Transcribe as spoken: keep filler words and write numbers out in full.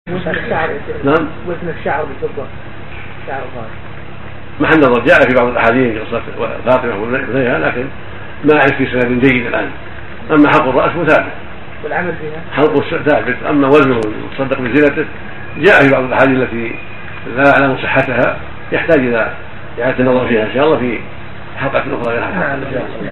وزن الشعر. نعم. وزن الشعر بالفضة. شعر الراس. محل نظر، جاء في بعض الاحاديث قصة فاطمة وابنيها، لكن ما اعرف في سند جيد الان. اما حلق الراس مثابت والعمل فيها حلق ثابت، اما وزنه المتصدق بزينته جاء في بعض الاحاديث التي لا اعلم صحتها، يحتاج الى اعاده النظر فيها ان شاء الله في حلقه اخرى غير هذه.